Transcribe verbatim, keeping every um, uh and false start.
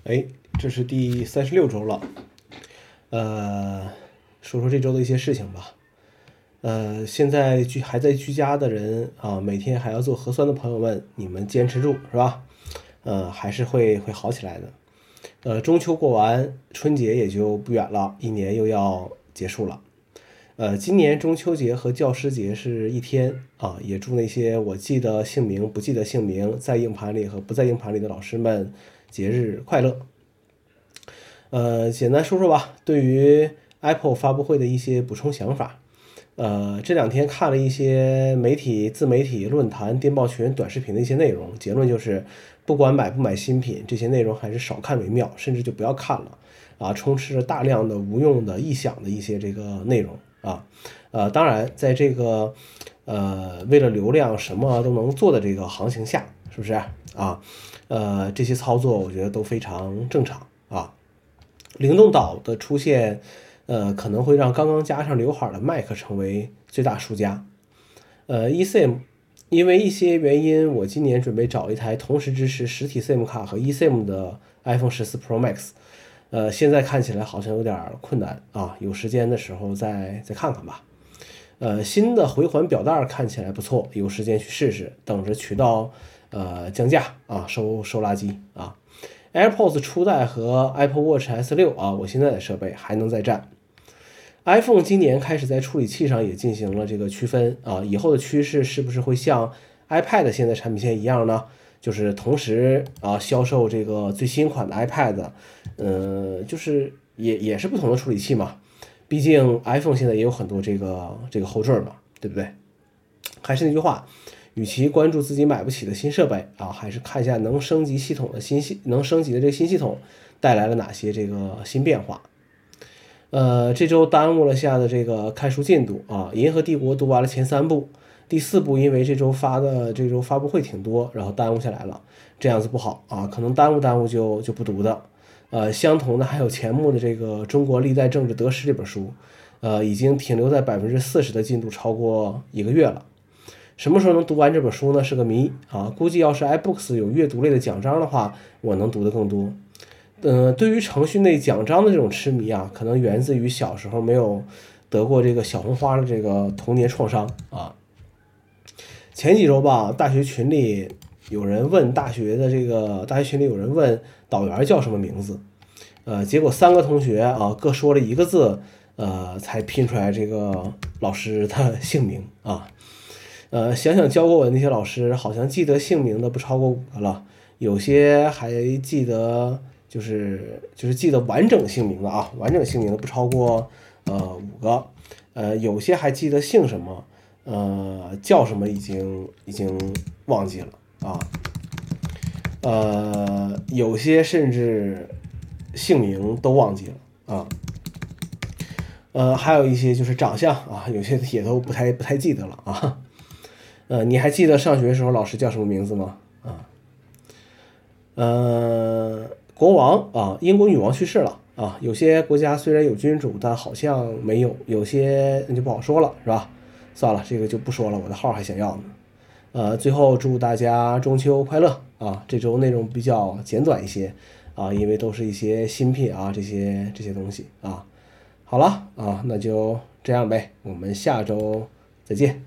哎，这是第三十六周了，呃，说说这周的一些事情吧。呃，现在居还在居家的人啊，每天还要做核酸的朋友们，你们坚持住，是吧？呃，还是会会好起来的。呃，中秋过完，春节也就不远了，一年又要结束了。呃，今年中秋节和教师节是一天啊，也祝那些我记得姓名、不记得姓名，在硬盘里和不在硬盘里的老师们节日快乐。呃，简单说说吧，对于 Apple 发布会的一些补充想法。呃，这两天看了一些媒体、自媒体、论坛、电报群、短视频的一些内容，结论就是，不管买不买新品，这些内容还是少看为妙，甚至就不要看了啊，充斥着大量的无用的、臆想的一些这个内容啊。呃，当然，在这个呃为了流量什么都能做的这个行情下，是不是啊？呃，这些操作我觉得都非常正常啊。灵动岛的出现，呃，可能会让刚刚加上刘海的 Mac 成为最大输家。呃，eSIM，因为一些原因，我今年准备找一台同时支持实体 SIM 卡和 eSIM 的 iPhone 十四 Pro Max。呃，现在看起来好像有点困难啊，有时间的时候再再看看吧。呃，新的回环表带看起来不错，有时间去试试，等着渠道呃降价啊，收收垃圾啊。AirPods 初代和 Apple Watch エス 六啊，我现在的设备还能再战。iPhone 今年开始在处理器上也进行了这个区分啊，以后的趋势是不是会像 iPad 现在产品线一样呢？就是同时啊销售这个最新款的 iPad，呃，就是也也是不同的处理器嘛。毕竟 iPhone 现在也有很多这个这个后缀嘛，对不对？还是那句话。与其关注自己买不起的新设备啊，还是看一下能升级系统的新系能升级的这个新系统带来了哪些这个新变化。呃，这周耽误了下的这个看书进度啊，《银河帝国》读完了前三部，第四部因为这周发的这周发布会挺多，然后耽误下来了，这样子不好啊，可能耽误耽误就就不读的。呃，相同的还有前目的这个《中国历代政治得失》这本书，呃，已经停留在百分之四十的进度，超过一个月了。什么时候能读完这本书呢？是个谜啊！估计要是 iBooks 有阅读类的奖章的话，我能读得更多。嗯、呃，对于程序内奖章的这种痴迷啊，可能源自于小时候没有得过这个小红花的这个童年创伤啊。前几周吧，大学群里有人问大学的这个大学群里有人问导员叫什么名字，呃，结果三个同学啊各说了一个字，呃，才拼出来这个老师的姓名啊。呃，想想教过我的那些老师，好像记得姓名的不超过五个了，有些还记得就是就是记得完整姓名的啊，完整姓名的不超过呃五个，呃，有些还记得姓什么，呃，叫什么已经已经忘记了啊，呃，有些甚至姓名都忘记了啊。呃，还有一些就是长相啊，有些也都不太不太记得了啊。呃，你还记得上学的时候老师叫什么名字吗？啊，呃，国王啊，英国女王去世了啊。有些国家虽然有君主，但好像没有，有些那就不好说了，是吧？算了，这个就不说了，我的号还想要呢。呃，最后祝大家中秋快乐啊！这周内容比较简短一些啊，因为都是一些新品啊，这些这些东西啊。好了啊，那就这样呗，我们下周再见。